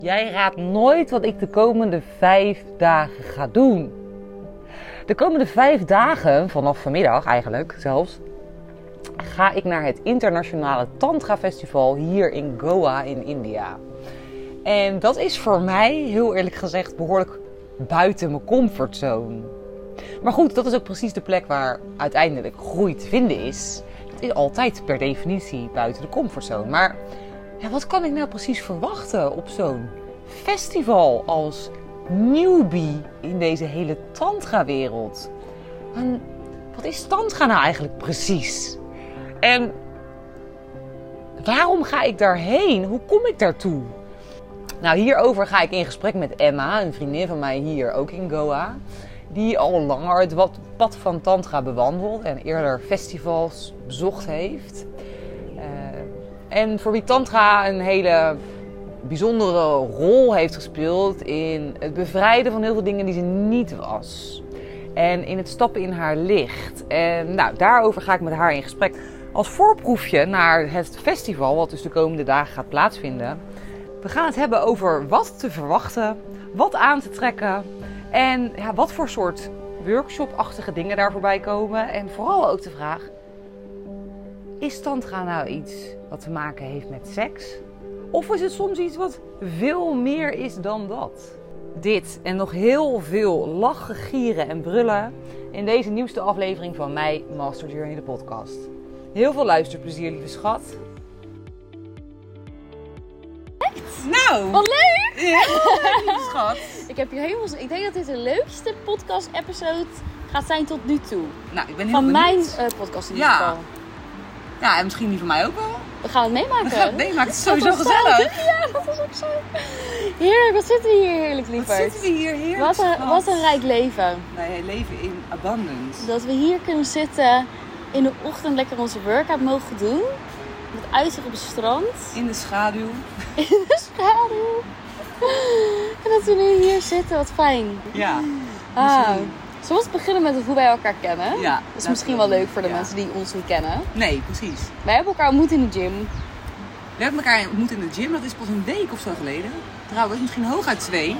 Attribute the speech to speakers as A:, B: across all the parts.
A: Jij raadt nooit wat ik de komende 5 dagen ga doen. De komende 5 dagen, vanaf vanmiddag eigenlijk zelfs, ga ik naar het internationale Tantra Festival hier in Goa in India. En dat is voor mij, heel eerlijk gezegd, behoorlijk buiten mijn comfortzone. Maar goed, dat is ook precies de plek waar uiteindelijk groei te vinden is. Het is altijd per definitie buiten de comfortzone. Maar ja, wat kan ik nou precies verwachten op zo'n festival als newbie in deze hele tantra-wereld? En wat is tantra nou eigenlijk precies? En waarom ga ik daarheen? Hoe kom ik daartoe? Nou, hierover ga ik in gesprek met Emma, een vriendin van mij hier ook in Goa, die al langer het pad van tantra bewandelt en eerder festivals bezocht heeft. En voor wie tantra een hele bijzondere rol heeft gespeeld in het bevrijden van heel veel dingen die ze niet was. En in het stappen in haar licht. En nou, daarover ga ik met haar in gesprek. Als voorproefje naar het festival, wat dus de komende dagen gaat plaatsvinden. We gaan het hebben over wat te verwachten, wat aan te trekken en ja, wat voor soort workshop-achtige dingen daar voorbij komen. En vooral ook de vraag, is tantra nou iets wat te maken heeft met seks? Of is het soms iets wat veel meer is dan dat? Dit en nog heel veel lachen, gieren en brullen in deze nieuwste aflevering van My Master Journey, de podcast. Heel veel luisterplezier, lieve schat. Nou,
B: wat leuk!
A: Heel leuk, lieve schat.
B: Ik heb hier helemaal. Ik denk dat dit de leukste podcast-episode gaat zijn tot nu toe.
A: Nou, ik ben heel
B: van
A: benieuwd.
B: Mijn podcast in ieder geval.
A: Ja, en misschien die van mij ook wel.
B: We gaan het meemaken.
A: We gaan het meemaken. Het is sowieso gezellig.
B: Ja, dat is ook zo. Heerlijk, wat zitten we hier heerlijk, lieverd.
A: Wat zitten we hier heerlijk,
B: wat een rijk leven.
A: Wij leven in abundance.
B: Dat we hier kunnen zitten, in de ochtend lekker onze workout mogen doen. Met uitzicht op het strand.
A: In de schaduw.
B: In de schaduw. En dat we nu hier zitten, wat fijn.
A: Ja.
B: Zullen we beginnen met hoe wij elkaar kennen?
A: Ja.
B: Dat is misschien wel leuk voor de mensen die ons niet kennen.
A: Nee, precies.
B: Wij hebben elkaar ontmoet in de gym.
A: We hebben elkaar ontmoet in de gym. Dat is pas een week of zo geleden. Trouwens, misschien hooguit 2.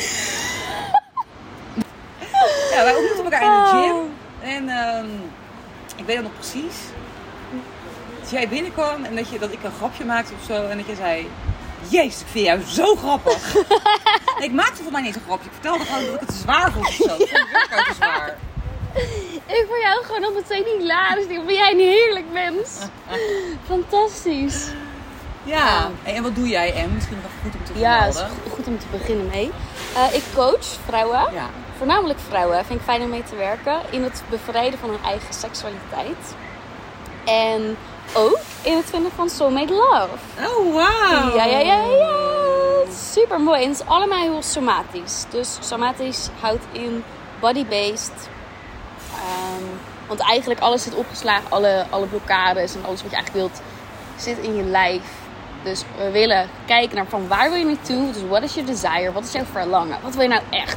A: Ja, wij ontmoeten elkaar in de gym. En ik weet het nog precies. Dat jij binnenkwam en dat ik een grapje maakte of zo. En dat je zei, jezus, ik vind jou zo grappig. Nee, ik maakte volgens mij niet eens een grapje. Ik vertelde gewoon dat ik het te zwaar vond of zo. Ik vond het workout te zwaar.
B: Ik vond jou gewoon al meteen hilarisch. Ik ben jij een heerlijk mens. Fantastisch.
A: Ja. Hey, en wat doe jij, Em? Misschien nog even goed om te
B: vermelden. Ja,
A: dat
B: is goed om te beginnen mee. Ik coach vrouwen. Ja. Voornamelijk vrouwen. Vind ik fijn om mee te werken. In het bevrijden van hun eigen seksualiteit. En ook in het vinden van soulmate love.
A: Oh, wow.
B: Ja. Super mooi. En het is allemaal heel somatisch. Dus somatisch houdt in body-based. Want eigenlijk alles zit opgeslagen. Alle blokkades en alles wat je eigenlijk wilt zit in je lijf. Dus we willen kijken naar van waar wil je naartoe. Dus what is your desire? Wat is jouw verlangen? Wat wil je nou echt?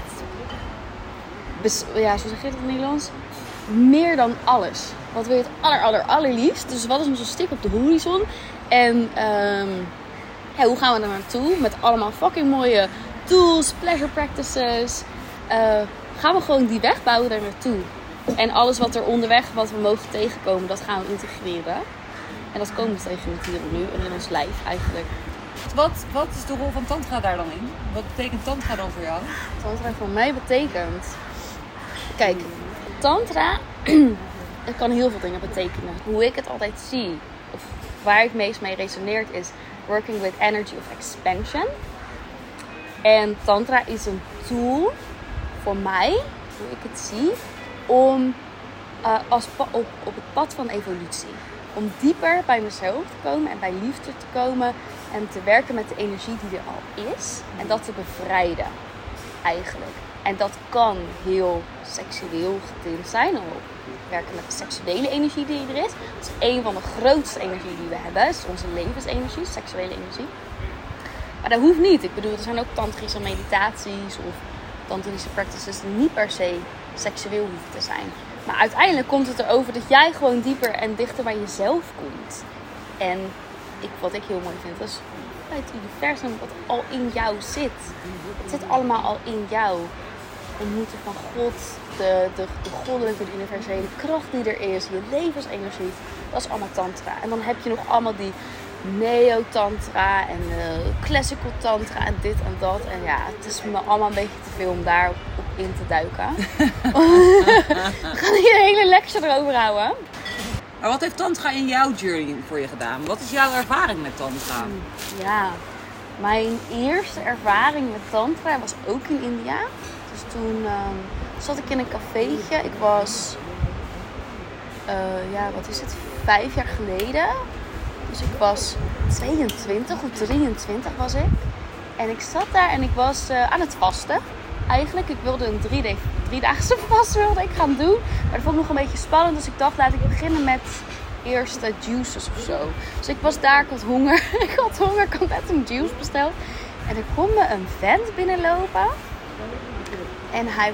B: Ja, zo zeg je dat in het Nederlands? Meer dan alles. Wat wil je het allerliefst? Dus wat is onze stip op de horizon? En hoe gaan we er naartoe? Met allemaal fucking mooie tools, pleasure practices. Gaan we gewoon die weg bouwen daar naartoe. En alles wat er onderweg, wat we mogen tegenkomen, dat gaan we integreren. En dat komen we tegen het hier en nu en in ons lijf eigenlijk.
A: Wat is de rol van tantra daar dan in? Wat betekent tantra dan voor jou?
B: Tantra voor mij betekent... Kijk, tantra... Het kan heel veel dingen betekenen. Hoe ik het altijd zie, of waar ik meest mee resoneert, is working with energy of expansion. En tantra is een tool voor mij, hoe ik het zie, om op het pad van evolutie. Om dieper bij mezelf te komen en bij liefde te komen en te werken met de energie die er al is. En dat te bevrijden, eigenlijk. En dat kan heel seksueel getint zijn. Of werken met de seksuele energie die er is. Dat is een van de grootste energieën die we hebben. Dat is onze levensenergie, seksuele energie. Maar dat hoeft niet. Ik bedoel, er zijn ook tantrische meditaties of tantrische practices die niet per se seksueel hoeven te zijn. Maar uiteindelijk komt het erover dat jij gewoon dieper en dichter bij jezelf komt. En wat ik heel mooi vind, is uit het universum wat al in jou zit. Het zit allemaal al in jou. De moeder van God, de goddelijke, de universele kracht die er is, je levensenergie. Dat is allemaal tantra. En dan heb je nog allemaal die neo-tantra en classical tantra en dit en dat. En ja, het is me allemaal een beetje te veel om daar op in te duiken. We gaan hier een hele lecture erover houden.
A: Maar wat heeft tantra in jouw journey voor je gedaan? Wat is jouw ervaring met tantra?
B: Ja, mijn eerste ervaring met tantra was ook in India. Dus toen zat ik in een cafeetje. Ik was, 5 jaar geleden. Dus ik was 22 of 23 was ik. En ik zat daar en ik was aan het vasten. Eigenlijk, ik wilde een 3-daagse vast wilde ik gaan doen. Maar dat vond ik nog een beetje spannend. Dus ik dacht, laat ik beginnen met eerst juices of zo. Dus ik was daar, ik had honger. Ik had net een juice besteld. En er kwam me een vent binnenlopen. En hij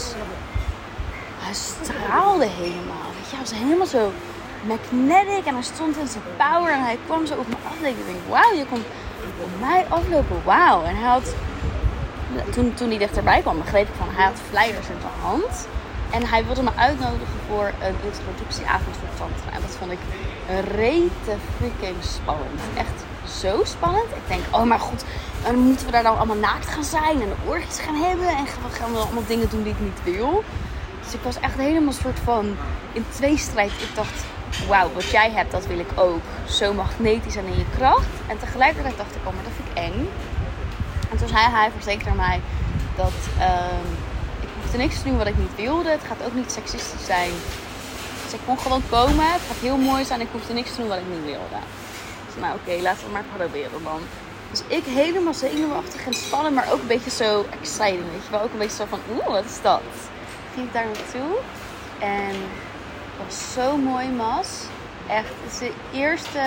B: straalde helemaal. Weet je, hij was helemaal zo magnetic. En hij stond in zijn power. En hij kwam zo op me af. En ik dacht, wauw, je komt op mij aflopen. Wauw. En hij had... Toen hij dichterbij kwam, begreep ik van hij had flyers in zijn hand. En hij wilde me uitnodigen voor een introductieavond voor tantra. En dat vond ik rete freaking spannend. Echt zo spannend. Ik denk, oh maar goed, dan moeten we daar dan allemaal naakt gaan zijn en orgies gaan hebben. En gaan we allemaal dingen doen die ik niet wil. Dus ik was echt helemaal een soort van in tweestrijd. Ik dacht, wauw, wat jij hebt, dat wil ik ook. Zo magnetisch en in je kracht. En tegelijkertijd dacht ik, oh maar dat vind ik eng. En toen zei hij, verzekerde mij dat ik hoefde niks te doen wat ik niet wilde. Het gaat ook niet seksistisch zijn. Dus ik kon gewoon komen. Het gaat heel mooi zijn. Ik hoefde niks te doen wat ik niet wilde. Dus nou oké, laten we maar proberen dan. Dus ik helemaal zenuwachtig en spannend, maar ook een beetje zo exciting. Weet je wel, ook een beetje zo van, wat is dat? Ging ik daar naartoe. En het was zo mooi, Mas. Echt, het is de eerste...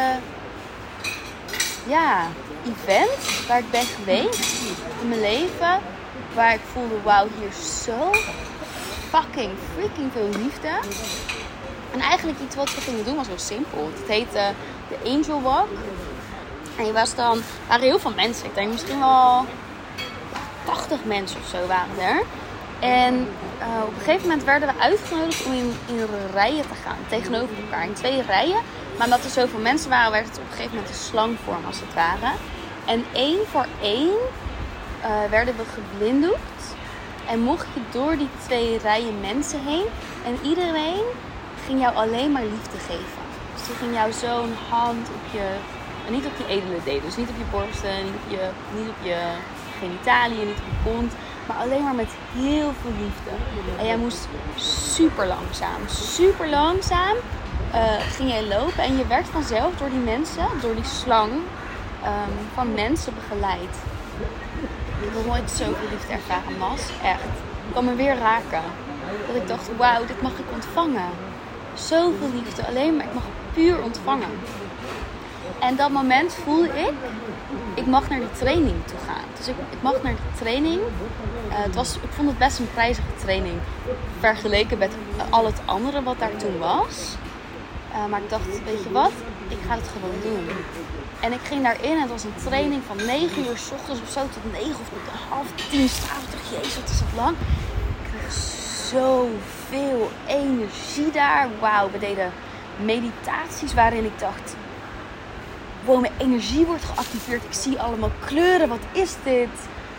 B: event waar ik ben geweest in mijn leven. Waar ik voelde, wauw, hier is zo fucking freaking veel liefde. En eigenlijk iets wat we gingen doen was heel simpel. Het heette de Angel Walk. En je was dan, waren heel veel mensen. Ik denk misschien wel 80 mensen of zo waren er. En op een gegeven moment werden we uitgenodigd om in rijen te gaan. Tegenover elkaar. In 2 rijen. Maar omdat er zoveel mensen waren, werd het op een gegeven moment een slangvorm als het ware. En 1 voor 1 werden we geblinddoekt. En mocht je door die 2 rijen mensen heen. En iedereen ging jou alleen maar liefde geven. Dus die ging jou zo'n hand op je... niet op je edele delen. Dus niet op je borsten, niet op je genitaliën, niet op je kont. Maar alleen maar met heel veel liefde. En jij moest super langzaam ging jij lopen. En je werd vanzelf door die mensen, door die slang, van mensen begeleid. Ik heb nooit zoveel liefde ervaren, Mas. Echt. Het kwam me weer raken. Dat ik dacht, wauw, dit mag ik ontvangen. Zoveel liefde. Alleen maar, ik mag het puur ontvangen. En dat moment voelde ik mag naar die training toe gaan. Dus ik mag naar die training. Ik vond het best een prijzige training. Vergeleken met al het andere wat daar toen was. Maar ik dacht, weet je wat? Ik ga het gewoon doen. En ik ging daarin en het was een training van 9 uur 's ochtends of zo tot 9 of tot 9:30 's avonds. Ik dacht, jezus, wat is dat lang? Ik kreeg zoveel energie daar. Wauw, we deden meditaties waarin ik dacht... wow, mijn energie wordt geactiveerd. Ik zie allemaal kleuren. Wat is dit?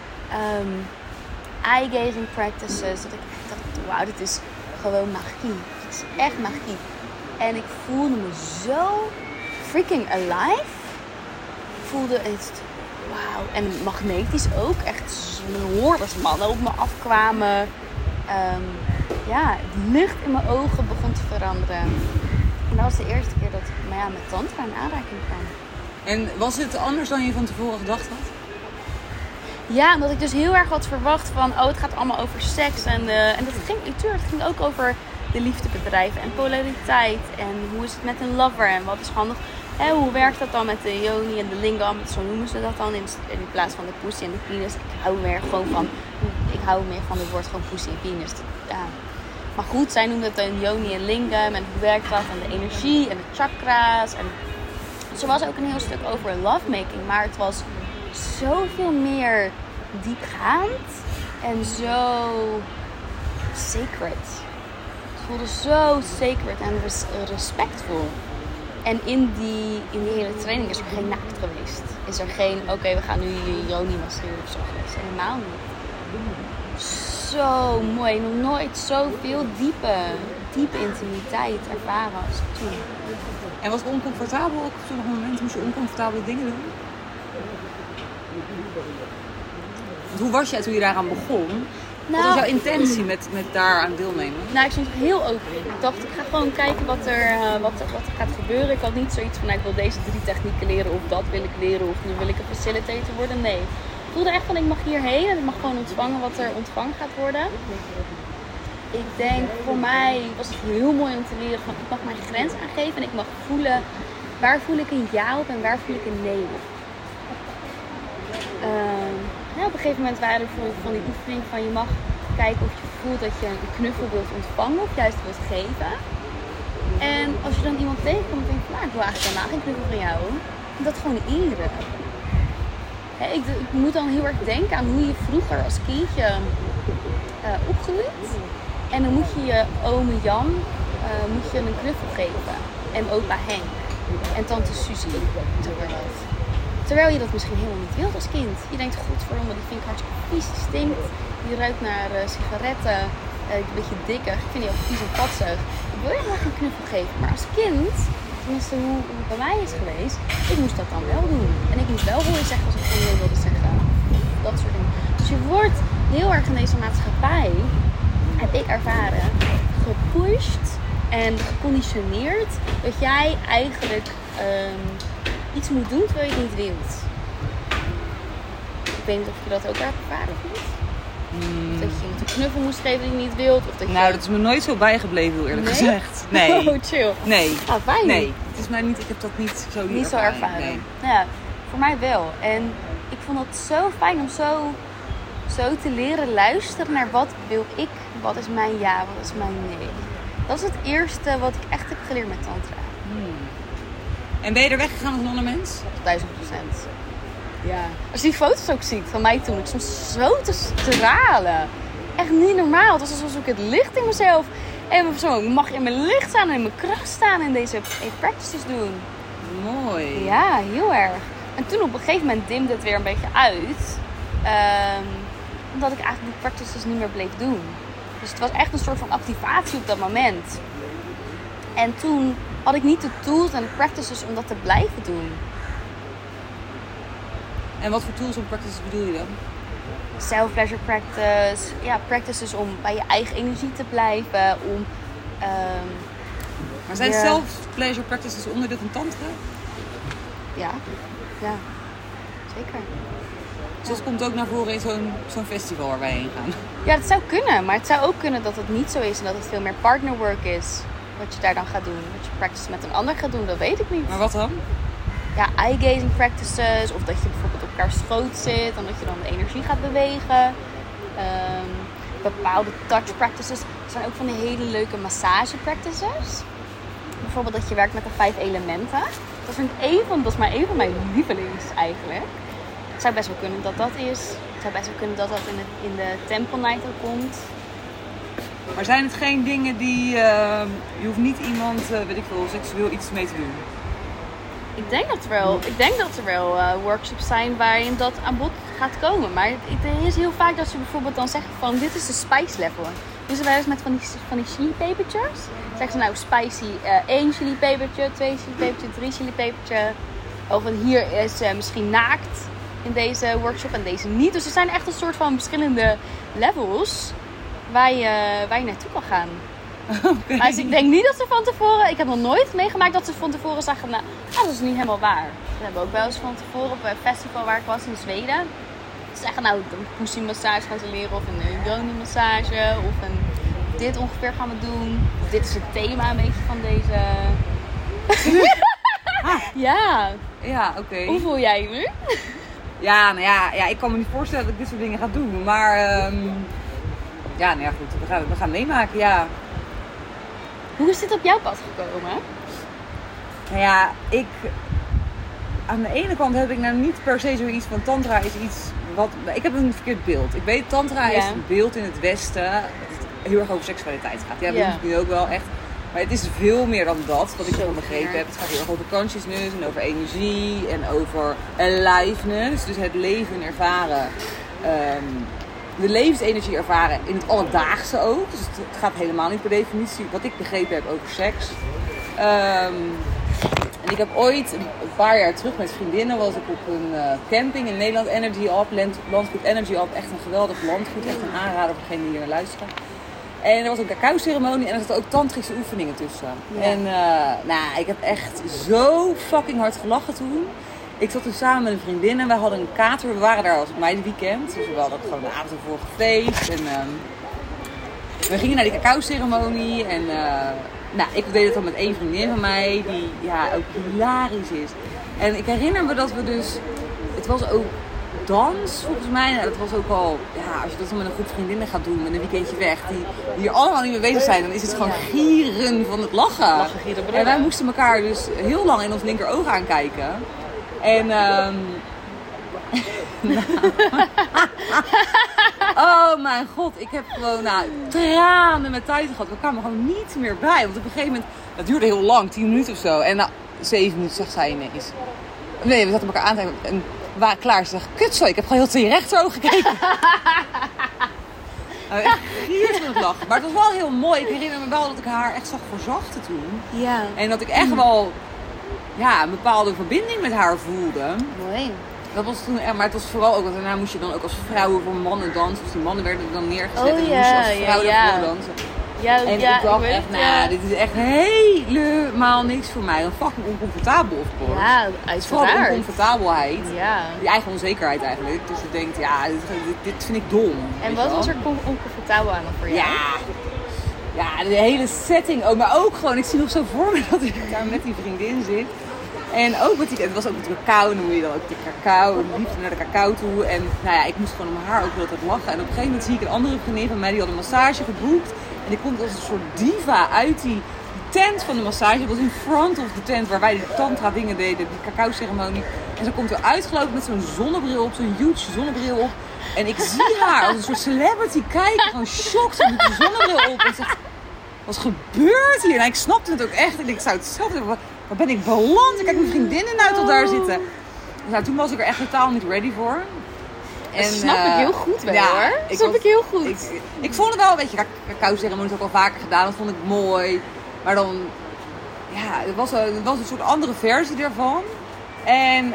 B: Eye-gazing practices. Dat ik dacht, wauw, dit is gewoon magie. Het is echt magie. En ik voelde me zo freaking alive. Ik voelde het, wauw. En magnetisch ook. Echt hordes mannen op me afkwamen. Het licht in mijn ogen begon te veranderen. En dat was de eerste keer dat ik met tantra in aanraking kwam.
A: En was het anders dan je van tevoren gedacht had?
B: Ja, omdat ik dus heel erg had verwacht van... het gaat allemaal over seks. En dat ging natuurlijk, het ging ook over de liefdebedrijven en polariteit. En hoe is het met een lover en wat is handig. Hoe werkt dat dan met de yoni en de lingam? Zo noemen ze dat dan in plaats van de pussy en de penis. Ik hou meer van het woord gewoon pussy en penis. Ja. Maar goed, zij noemden het een yoni en lingam. En hoe werkt dat? En de energie en de chakra's. En... Dus er was ook een heel stuk over lovemaking. Maar het was zoveel meer diepgaand en zo sacred. Het voelde zo sacred en respectvol. En in die hele training is er geen naakt geweest. Is er geen, oké, we gaan nu je Joni masseren of zo geweest. Helemaal niet. Zo mooi. Nog nooit zoveel diepe intimiteit ervaren als toen.
A: En was het oncomfortabel ook op sommige momenten? Moest je oncomfortabele dingen doen? Want hoe was jij toen je daaraan begon? Wat was jouw intentie met daaraan deelnemen?
B: Nou, ik stond er heel open in. Ik dacht, ik ga gewoon kijken wat er gaat gebeuren. Ik had niet zoiets van, ik wil deze 3 technieken leren of dat wil ik leren of nu wil ik een facilitator worden. Nee. Ik voelde echt van, ik mag hierheen en ik mag gewoon ontvangen wat er ontvangen gaat worden. Ik denk, voor mij was het heel mooi om te leren van, ik mag mijn grens aangeven en ik mag voelen, waar voel ik een ja op en waar voel ik een nee op. Op een gegeven moment waren er van die oefening van je mag kijken of je voelt dat je een knuffel wilt ontvangen of juist wilt geven. En als je dan iemand tegenkomt en denkt van, ik wil eigenlijk helemaal geen knuffel van jou, dat gewoon eren. Ik moet dan heel erg denken aan hoe je vroeger als kindje opgroeit. En dan moet je je ome Jan een knuffel geven. En opa Henk. En tante Suzie. Terwijl je dat misschien helemaal niet wilt als kind. Je denkt, godverdomme, die vind ik hartstikke vies. Die stinkt. Die ruikt naar sigaretten. Een beetje dikker. Ik vind die ook vies en patsig. Ik wil helemaal geen knuffel geven. Maar als kind, tenminste hoe het bij mij is geweest, ik moest dat dan wel doen. En ik moest wel horen zeggen als ik gewoon wilde zeggen. Dat soort dingen. Dus je wordt heel erg in deze maatschappij, heb ik ervaren, gepusht en geconditioneerd dat jij eigenlijk iets moet doen terwijl je het niet wilt. Ik weet niet of je dat ook hebt ervaren of niet. Of dat je iemand een knuffel moest geven die je niet wilt. Of dat je...
A: Nou, dat is me nooit zo bijgebleven, heel eerlijk gezegd. Nee.
B: Oh, chill.
A: Nee.
B: Ah, fijn.
A: Nee. Het is mij niet, ik heb dat niet zo
B: ervaren.
A: Nee.
B: Ja, voor mij wel. En ik vond het zo fijn om zo te leren luisteren naar wat wil ik, wat is mijn ja, wat is mijn nee. Dat is het eerste wat ik echt heb geleerd met tantra.
A: En ben je er weggegaan als nonnenmens?
B: 1000%. Ja. Als je die foto's ook ziet van mij toen, ik stond zo te stralen. Echt niet normaal. Het was alsof ik het licht in mezelf. En zo, ik mag in mijn licht staan en in mijn kracht staan en deze practices doen.
A: Mooi.
B: Ja, heel erg. En toen op een gegeven moment dimde het weer een beetje uit. Omdat ik eigenlijk die practices niet meer bleef doen. Dus het was echt een soort van activatie op dat moment. En toen had ik niet de tools en de practices om dat te blijven doen.
A: En wat voor tools en practices bedoel je dan?
B: Self-pleasure practice. Ja, practices om bij je eigen energie te blijven.
A: Maar zijn self-pleasure practices onderdeel van tantra?
B: Ja, zeker.
A: Dus dat komt ook naar voren in zo'n festival waar wij heen gaan.
B: Ja, dat zou kunnen. Maar het zou ook kunnen dat het niet zo is. En dat het veel meer partnerwork is. Wat je daar dan gaat doen. Dat je practice met een ander gaat doen, dat weet ik niet.
A: Maar wat dan?
B: Ja, eye-gazing practices. Of dat je bijvoorbeeld op elkaar schoot zit. En dat je dan de energie gaat bewegen. Bepaalde touch practices. Er zijn ook van die hele leuke massage practices. Bijvoorbeeld dat je werkt met de 5 elementen. Dat is maar één van mijn lievelings eigenlijk. Het zou best wel kunnen dat dat is. Het zou best wel kunnen dat dat in de Temple Night ook komt.
A: Maar zijn het geen dingen die... je hoeft niet iemand, weet ik veel, seksueel iets mee te doen?
B: Ik denk dat er wel workshops zijn waarin dat aan bod gaat komen. Maar het is heel vaak dat ze bijvoorbeeld dan zeggen van dit is de spice level. Dus ze wel eens met van die chili pepertjes. Zeggen ze nou spicy 1 chili pepertje, 2 chili pepertje, 3 chili pepertje. Of hier is misschien naakt in deze workshop en deze niet. Dus er zijn echt een soort van verschillende levels waar je naartoe kan gaan.
A: Okay.
B: Maar dus ik denk niet dat ze van tevoren... Ik heb nog nooit meegemaakt dat ze van tevoren zeggen... Nou, dat is niet helemaal waar. We hebben ook wel eens van tevoren op een festival waar ik was in Zweden. Ze zeggen nou, een pussy massage gaan ze leren. Of een yoni massage. Of dit ongeveer gaan we doen. Of dit is het thema een beetje van deze... Ja.
A: Ja, oké.
B: Hoe voel jij je nu?
A: Ja, nou ja, ik kan me niet voorstellen dat ik dit soort dingen ga doen. Maar ja, nou ja, goed. We gaan meemaken, ja.
B: Hoe is dit op jouw pad gekomen?
A: Nou ja, aan de ene kant heb ik nou niet per se zoiets van tantra is iets wat... Ik heb een verkeerd beeld. Ik weet, tantra is een beeld in het Westen dat het heel erg over seksualiteit gaat. Ja, dat is nu ook wel echt. Maar het is veel meer dan dat, wat ik zo begrepen heb. Het gaat heel erg over consciousness en over energie en over aliveness. Dus het leven ervaren. De levensenergie ervaren in het alledaagse ook. Dus het gaat helemaal niet per definitie, wat ik begrepen heb, over seks. En ik heb ooit, een paar jaar terug met vriendinnen, was ik op een camping in Nederland. Energy Up, landgoed Energy Up. Echt een geweldig landgoed. Echt een aanrader voor degenen die hier naar luisteren. En er was een cacao-ceremonie en er zaten ook tantrische oefeningen tussen. Ja. En ik heb echt zo fucking hard gelachen toen. Ik zat toen samen met een vriendin en wij hadden een kater. We waren daar als meidenweekend. Dus we hadden gewoon de avond ervoor gefeest. En we gingen naar die cacao-ceremonie. En ik deed het dan met één vriendin van mij. Die ook hilarisch is. En ik herinner me dat we dus... Het was ook dans volgens mij. Nou, dat was ook al... Ja, als je dat dan met een groep vriendinnen gaat doen. Met een weekendje weg. Die hier allemaal niet mee bezig zijn. Dan is het gewoon gieren van het lachen. En wij moesten elkaar dus heel lang in ons linkeroog aankijken. En oh mijn god, ik heb gewoon tranen met tijd gehad. We kwamen gewoon niet meer bij. Want op een gegeven moment, dat duurde heel lang, 10 minuten of zo. En 7 minuten zegt zij ineens. Nee, we zaten elkaar aan te kijken en we waren klaar. Ze zegt, kut zo, ik heb gewoon heel te je rechteroog gekeken. Echt giert van het lachen. Maar het was wel heel mooi. Ik herinner me wel dat ik haar echt zag verzachten toen. Ja. En dat ik echt wel... een bepaalde verbinding met haar voelde. Mooi. Dat was toen, maar het was vooral ook, want daarna moest je dan ook als vrouwen voor mannen dansen. Dus die mannen werden dan neergezet en dan moest je als vrouw ervoor dansen. Ik dacht echt, dit is echt helemaal niks voor mij. Een fucking oncomfortabel, of course.
B: Ja, uiteraard.
A: Vooral oncomfortabelheid. Ja. Die eigen onzekerheid eigenlijk. Dus je denkt, dit vind ik dom.
B: En wat was er oncomfortabel aan voor jou?
A: Ja, de hele setting ook. Maar ook gewoon, ik zie nog zo voor me dat ik daar met die vriendin zit. En ook met het was ook met cacao. En dan moet je dan ook de cacao, de liefde naar de cacao toe. En ik moest gewoon om haar ook heel tijd lachen. En op een gegeven moment zie ik een andere vriendin van mij, die had een massage geboekt. En die komt als een soort diva uit die tent van de massage. Dat was in front of the tent waar wij die tantra dingen deden, die cacao ceremonie. En ze komt er uitgelopen met zo'n zonnebril op, zo'n huge zonnebril op. En ik zie haar als een soort celebrity kijken, gewoon shocked met die zonnebril op. En zegt, wat gebeurt hier? En ik snapte het ook echt. En ik zou het zelf hebben, waar ben ik beland? Ik kijk mijn vriendinnen nou tot daar zitten. Dus toen was ik er echt totaal niet ready voor.
B: En, dat snap ik heel goed wel hoor. Dat snap ik heel goed.
A: Ik vond het wel, weet je, cacao-ceremonie ook al vaker gedaan. Dat vond ik mooi. Maar dan, het was een soort andere versie daarvan. En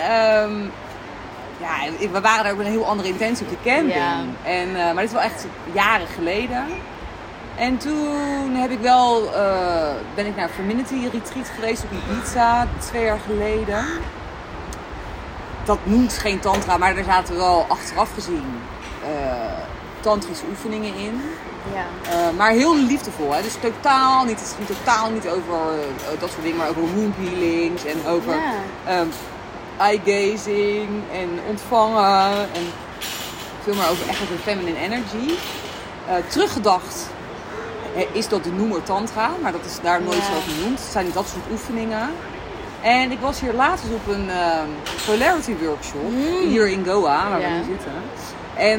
A: we waren daar ook met een heel andere intentie op de camping. Ja. En, maar dit is wel echt jaren geleden. En toen ben ik naar Femininity Retreat geweest op Ibiza, 2 jaar geleden. Dat noemt geen tantra, maar daar zaten wel achteraf gezien tantrische oefeningen in. Ja. Maar heel liefdevol. Hè? Dus het ging totaal niet over dat soort dingen, maar over womb healings en over eye gazing en ontvangen. En veel meer over echt over feminine energy. Teruggedacht is dat de noemer tantra, maar dat is daar nooit zo genoemd. Het zijn dat soort oefeningen. En ik was hier laatst op een polarity workshop, hier in Goa, waar we nu zitten. En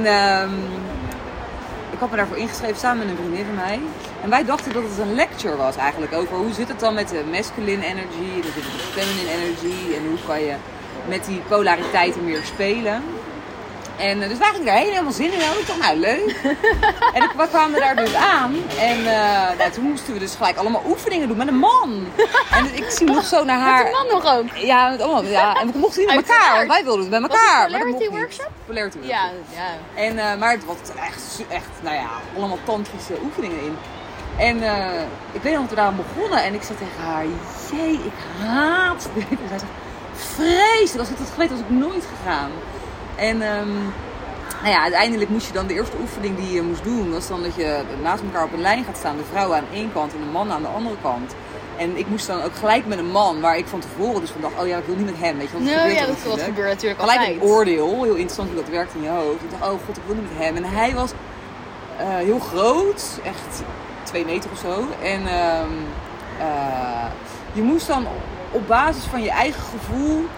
A: ik had me daarvoor ingeschreven samen met een vriendin van mij. En wij dachten dat het een lecture was eigenlijk over hoe zit het dan met de masculine energy, en hoe zit het met de feminine energy en hoe kan je met die polariteiten meer spelen. En dus wij gingen daar helemaal zin in. Ik dacht, leuk. En we kwamen daar dus aan. En toen moesten we dus gelijk allemaal oefeningen doen met een man. En ik zie nog zo naar haar.
B: Met een man nog ook?
A: Ja, met allemaal. Ja. En we mochten niet met elkaar, want wij wilden het met elkaar.
B: Was het Polarity Workshop?
A: Polarity Workshop. Ja. En, maar het was echt, allemaal tantrische oefeningen in. En ik weet nog dat we daar begonnen. En ik zei tegen haar, ik haat dit. En zij zegt, vreselijk. Als ik dat geweten was ik nooit gegaan. En uiteindelijk moest je dan de eerste oefening die je moest doen, was dan dat je naast elkaar op een lijn gaat staan. De vrouwen aan één kant en de mannen aan de andere kant. En ik moest dan ook gelijk met een man, waar ik van tevoren dus van dacht, ik wil niet met hem, weet je. Want
B: dat gebeurt natuurlijk altijd.
A: Gelijk een oordeel, heel interessant hoe dat werkt in je hoofd. Ik dacht, ik wil niet met hem. En hij was heel groot, echt 2 meter of zo. En je moest dan op basis van je eigen gevoel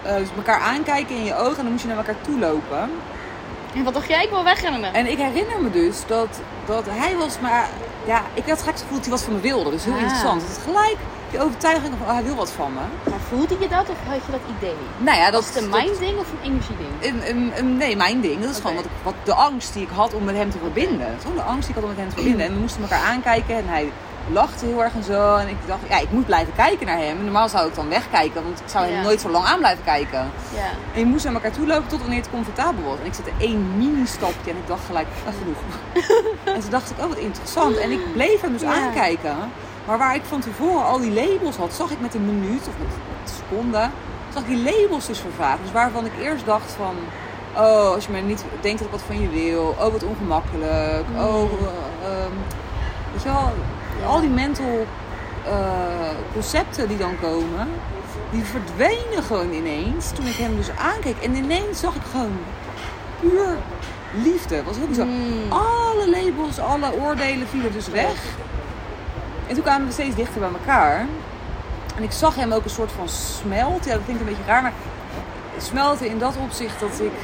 A: dus elkaar aankijken in je ogen en dan moest je naar elkaar toe lopen.
B: En wat dacht jij? Ik wil wegrennen.
A: En ik herinner me dus dat hij was maar... Ja, ik had gelijk het gevoel dat hij wat van me wilde. Dus heel interessant. Dat het gelijk die overtuiging van, hij wil wat van me.
B: Maar voelde je dat of had je dat idee?
A: Nou ja,
B: Was het een mind-ding of een energieding?
A: Nee, mijn ding. Dat is gewoon wat de angst die ik had om met hem te verbinden. Gewoon de angst die ik had om met hem te verbinden. En we moesten elkaar aankijken en hij lachte heel erg en zo. En ik dacht, ja, ik moet blijven kijken naar hem. En normaal zou ik dan wegkijken, want ik zou hem nooit zo lang aan blijven kijken.
B: Ja.
A: En je moest naar elkaar toe lopen tot wanneer het comfortabel was. En ik zette 1 mini-stapje en ik dacht gelijk, genoeg. En toen dacht ik, wat interessant. En ik bleef hem dus aankijken. Maar waar ik van tevoren al die labels had, zag ik met een minuut of met seconden, zag ik die labels dus vervagen. Dus waarvan ik eerst dacht van, als je maar niet denkt dat ik wat van je wil. Wat ongemakkelijk. Weet je wel, al die mental concepten die dan komen, die verdwenen gewoon ineens toen ik hem dus aankeek. En ineens zag ik gewoon puur liefde. Het was heel bizar. Alle labels, alle oordelen vielen dus weg. En toen kwamen we steeds dichter bij elkaar. En ik zag hem ook een soort van smelten. Ja, dat klinkt een beetje raar, maar smelten in dat opzicht dat ik...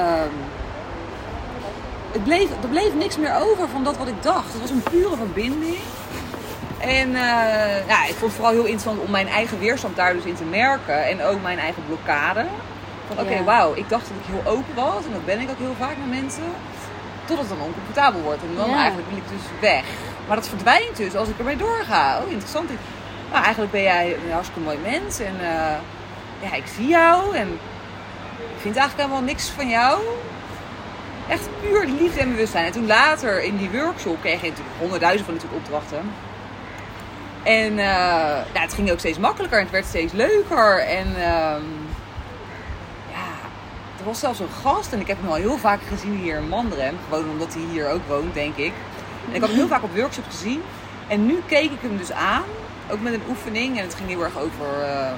A: Er bleef niks meer over van dat wat ik dacht. Het was een pure verbinding. En ik vond het vooral heel interessant om mijn eigen weerstand daar dus in te merken. En ook mijn eigen blokkade. Van wauw, ik dacht dat ik heel open was. En dat ben ik ook heel vaak met mensen. Totdat het dan oncomfortabel wordt. En dan eigenlijk wil ik dus weg. Maar dat verdwijnt dus als ik ermee doorga. Interessant. Nou, eigenlijk ben jij een hartstikke mooi mens. En ik zie jou. En ik vind eigenlijk helemaal niks van jou. Echt puur liefde en bewustzijn. En toen later in die workshop kreeg je natuurlijk 100.000 van natuurlijk opdrachten. En het ging ook steeds makkelijker en het werd steeds leuker. En er was zelfs een gast. En ik heb hem al heel vaak gezien hier in Mandrem. Gewoon omdat hij hier ook woont, denk ik. En ik had hem heel vaak op workshops gezien. En nu keek ik hem dus aan. Ook met een oefening. En het ging heel erg over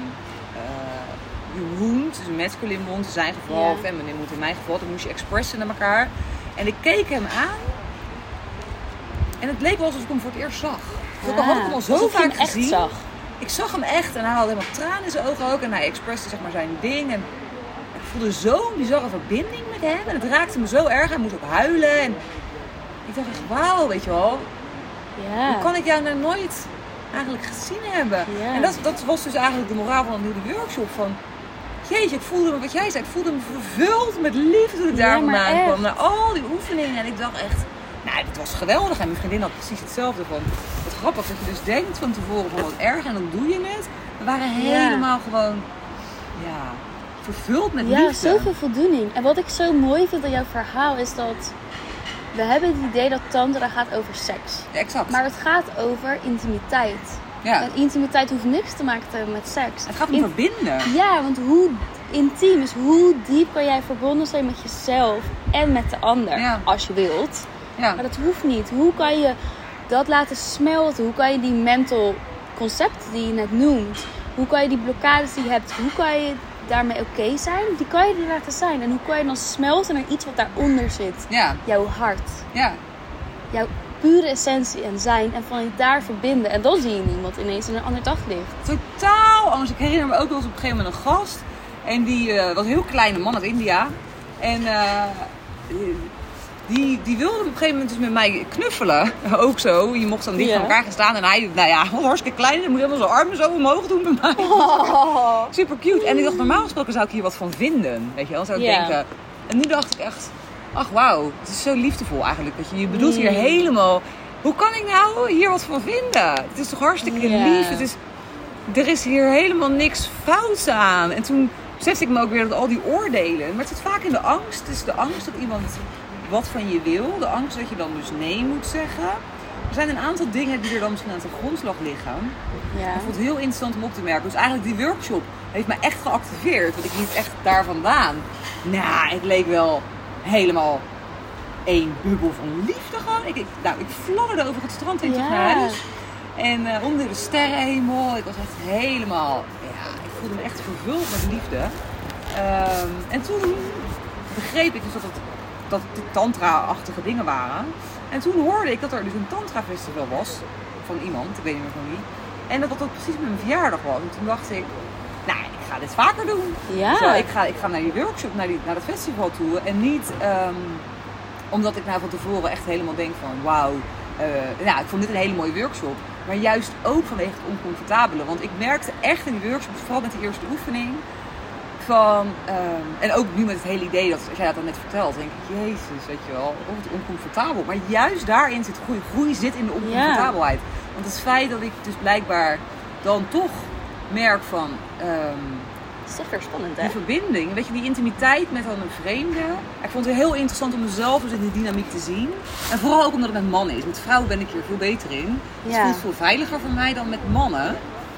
A: je wound. Dus een masculine wound in zijn geval. Feminine wound in mijn geval. Dan moest je expressen naar elkaar. En ik keek hem aan. En het leek wel alsof ik hem voor het eerst zag. Ook al had ik hem al zo vaak gezien. Ik zag hem echt. En hij had helemaal tranen in zijn ogen ook. En hij expresste zeg maar zijn ding. En ik voelde zo'n bizarre verbinding met hem. En het raakte me zo erg. Hij moest ook huilen. En ik dacht echt, wauw, weet je wel.
B: Ja.
A: Hoe kan ik jou nou nooit eigenlijk gezien hebben? Ja. En dat was dus eigenlijk de moraal van de workshop. Van, jeetje, ik voelde me, wat jij zei, ik voelde me vervuld met liefde toen ik daar vandaan kwam. Na al die oefeningen. En ik dacht echt, dit was geweldig. En mijn vriendin had precies hetzelfde van. Wat grappig dat je dus denkt van tevoren van wat erg. En dan doe je het. We waren helemaal gewoon, vervuld met liefde.
B: Ja, zoveel voldoening. En wat ik zo mooi vind aan jouw verhaal is dat... We hebben het idee dat tantra gaat over seks.
A: Ja, exact.
B: Maar het gaat over intimiteit.
A: Ja.
B: En intimiteit hoeft niks te maken te hebben met seks.
A: Het gaat om verbinden.
B: Ja, want hoe intiem is, hoe diep kan jij verbonden zijn met jezelf en met de ander. Ja. Als je wilt. Ja. Maar dat hoeft niet. Hoe kan je dat laten smelten? Hoe kan je die mental concepten die je net noemt, hoe kan je die blokkades die je hebt, hoe kan je daarmee oké zijn? Die kan je er laten zijn. En hoe kan je dan smelten naar iets wat daaronder zit? Ja. Jouw hart. Ja. Jouw pure essentie en zijn. En van je daar verbinden. En dan zie je iemand ineens in een ander daglicht.
A: Totaal anders. Ik herinner me ook wel eens op een gegeven moment een gast. En die was een heel kleine man uit India. En die wilde op een gegeven moment dus met mij knuffelen. Ook zo. Je mocht dan dicht van elkaar gaan staan. En hij, was hartstikke klein. En moest helemaal zijn armen zo omhoog doen bij mij. Oh. Super cute. En ik dacht, normaal gesproken zou ik hier wat van vinden. Weet je wel, zou ik denken. En nu dacht ik echt, ach wauw. Het is zo liefdevol eigenlijk. Dat je bedoelt hier helemaal, hoe kan ik nou hier wat van vinden? Het is toch hartstikke lief. Er is hier helemaal niks fouts aan. En toen besefte ik me ook weer dat al die oordelen. Maar het zit vaak in de angst. Het is de angst dat iemand wat van je wil. De angst dat je dan dus nee moet zeggen. Er zijn een aantal dingen die er dan misschien aan de grondslag liggen. Ja. Ik vond het heel interessant om op te merken. Dus eigenlijk die workshop heeft me echt geactiveerd. Want ik liep echt daar vandaan. Ik leek wel helemaal één bubbel van liefde gewoon. Ik fladderde over het strand heen terug naar huis. En onder de sterrenhemel. Ik was echt helemaal... ik voelde me echt vervuld met liefde. En toen begreep ik dus dat het tantra-achtige dingen waren. En toen hoorde ik dat er dus een tantra-festival was. Van iemand, ik weet niet meer van wie. En dat precies met mijn verjaardag was. En toen dacht ik, ik ga dit vaker doen.
B: Ja.
A: Zo, ik ga naar die workshop, naar dat festival toe. En niet omdat ik nou van tevoren echt helemaal denk van wauw. Ik vond dit een hele mooie workshop. Maar juist ook vanwege het oncomfortabele. Want ik merkte echt in die workshop, vooral met de eerste oefening. En ook nu met het hele idee, dat als jij dat dan net vertelt, denk ik, jezus, weet je wel, wat oncomfortabel. Maar juist daarin zit groei. Groei zit in de oncomfortabelheid. Want het feit dat ik dus blijkbaar dan toch merk van...
B: dat is toch weer spannend, hè?
A: Die verbinding, weet je, die intimiteit met dan een vreemde. Ik vond het heel interessant om mezelf dus in die dynamiek te zien. En vooral ook omdat het met mannen is. Met vrouwen ben ik hier veel beter in. Het voelt veel veiliger voor mij dan met mannen.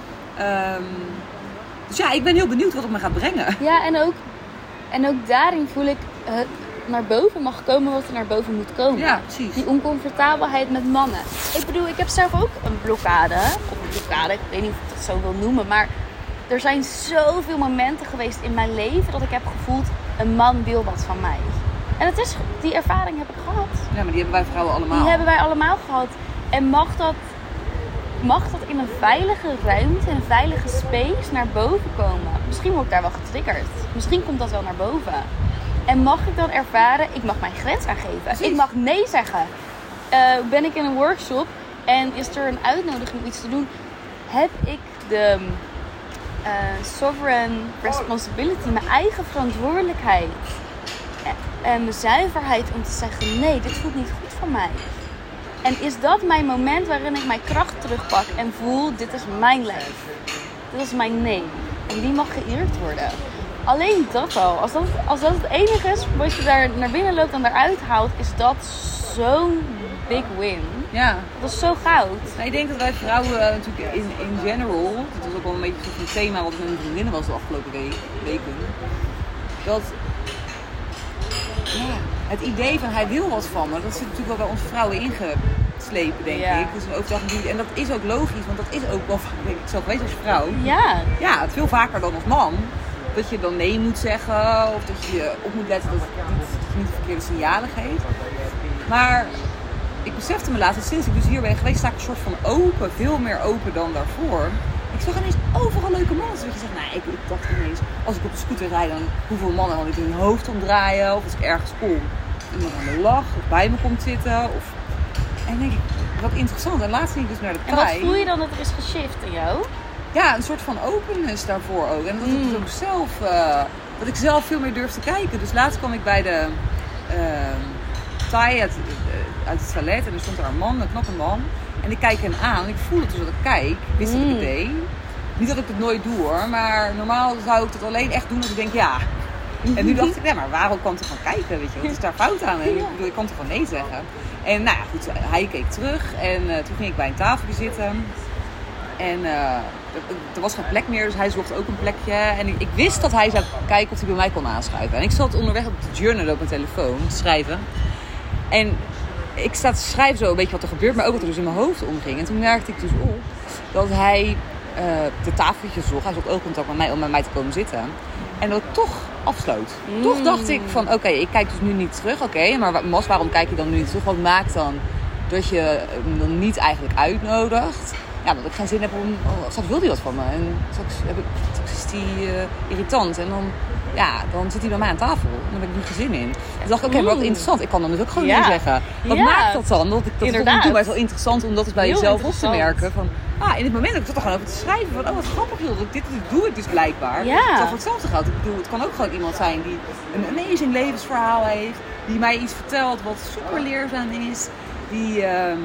A: Dus ja, ik ben heel benieuwd wat het me gaat brengen.
B: Ja, en ook daarin voel ik het naar boven mag komen wat er naar boven moet komen.
A: Ja, precies.
B: Die oncomfortabelheid met mannen. Ik bedoel, ik heb zelf ook een blokkade. Of een blokkade, ik weet niet of ik dat zo wil noemen. Maar er zijn zoveel momenten geweest in mijn leven dat ik heb gevoeld, een man wil wat van mij. En die ervaring heb ik gehad.
A: Ja, maar die hebben wij vrouwen allemaal.
B: Die hebben wij allemaal gehad. En mag dat in een veilige ruimte, in een veilige space naar boven komen? Misschien word ik daar wel getriggerd. Misschien komt dat wel naar boven. En mag ik dan ervaren, ik mag mijn grens aangeven.
A: Precies.
B: Ik mag nee zeggen. Ben ik in een workshop en is er een uitnodiging om iets te doen, heb ik de sovereign responsibility, mijn eigen verantwoordelijkheid en mijn zuiverheid om te zeggen, nee, dit voelt niet goed voor mij. En is dat mijn moment waarin ik mijn kracht terugpak en voel, dit is mijn lijf. Dit is mijn nee. En die mag geëerd worden. Alleen dat al. Als dat het enige is wat je daar naar binnen loopt en daaruit haalt, is dat zo'n big win.
A: Ja.
B: Dat is zo goud.
A: Nou, ik denk dat wij vrouwen natuurlijk in general, dat was ook wel een beetje een thema wat met mijn vriendinnen was de afgelopen weken. Dat het idee van hij wil wat van me, dat zit natuurlijk wel bij ons vrouwen ingeslepen, denk ik. Dus een overtuiging, en dat is ook logisch, want dat is ook wel, denk ik, zo geweest als vrouw.
B: Ja.
A: Ja, het veel vaker dan als man. Dat je dan nee moet zeggen, of dat je op moet letten dat je niet de verkeerde signalen geeft. Maar ik besefte me laatst dat sinds ik dus hier ben geweest, sta ik een soort van open, veel meer open dan daarvoor. Ik zag ineens overal leuke mannen. Dus je zegt, nou, ik dacht ineens, als ik op de scooter rijd, dan hoeveel mannen dan niet in hun hoofd omdraaien. Of als ik ergens kom, iemand aan de lach, of bij me komt zitten. En dan denk ik, wat interessant. En laatst ging ik dus naar de Thai.
B: En wat voel je dan dat er is geshift in jou?
A: Ja, een soort van openness daarvoor ook. En dat ik dus ook zelf, dat ik zelf veel meer durf te kijken. Dus laatst kwam ik bij de Thai uit het toilet en er stond daar een knappe man. En ik kijk hem aan en ik voel het dus dat ik kijk. Ik wist dat ik het deed. Niet dat ik het nooit doe hoor, maar normaal zou ik het alleen echt doen als ik denk ja. En nu dacht ik, nee, maar waarom kan ik er van kijken, weet je? Wat is daar fout aan? En ik bedoel, ik kan toch gewoon nee zeggen. En nou ja, goed, hij keek terug en toen ging ik bij een tafeltje zitten. En er was geen plek meer, dus hij zocht ook een plekje. En ik wist dat hij zou kijken of hij bij mij kon aanschuiven. En ik zat onderweg op de journal op mijn telefoon te schrijven. En ik sta te schrijven zo een beetje wat er gebeurt, maar ook wat er dus in mijn hoofd omging. En toen merkte ik dus op dat hij de tafeltjes zocht. Hij zocht ook contact met mij om bij mij te komen zitten. En dat ik toch afsloot. Toch dacht ik van oké, ik kijk dus nu niet terug. Oké, maar Mas, waarom kijk je dan nu niet terug? Wat maakt dan dat je hem dan niet eigenlijk uitnodigt? Ja, dat ik geen zin heb om... straks wil hij wat van me. En straks is hij irritant. En dan zit hij bij mij aan tafel. En dan heb ik nu geen zin in. Toen dacht ik, oké, maar wat interessant. Ik kan dan dus ook gewoon nee zeggen. Wat maakt dat dan? Dat ik dat doe, maar het is wel interessant om dat eens bij jezelf op te merken. Van, in dit moment heb ik er toch gewoon over te schrijven. Van, wat grappig joh. Dit doe ik dus blijkbaar.
B: Ja.
A: Het is voor hetzelfde geld. Ik bedoel, het kan ook gewoon iemand zijn die een amazing levensverhaal heeft. Die mij iets vertelt wat super leerzaam is. Die...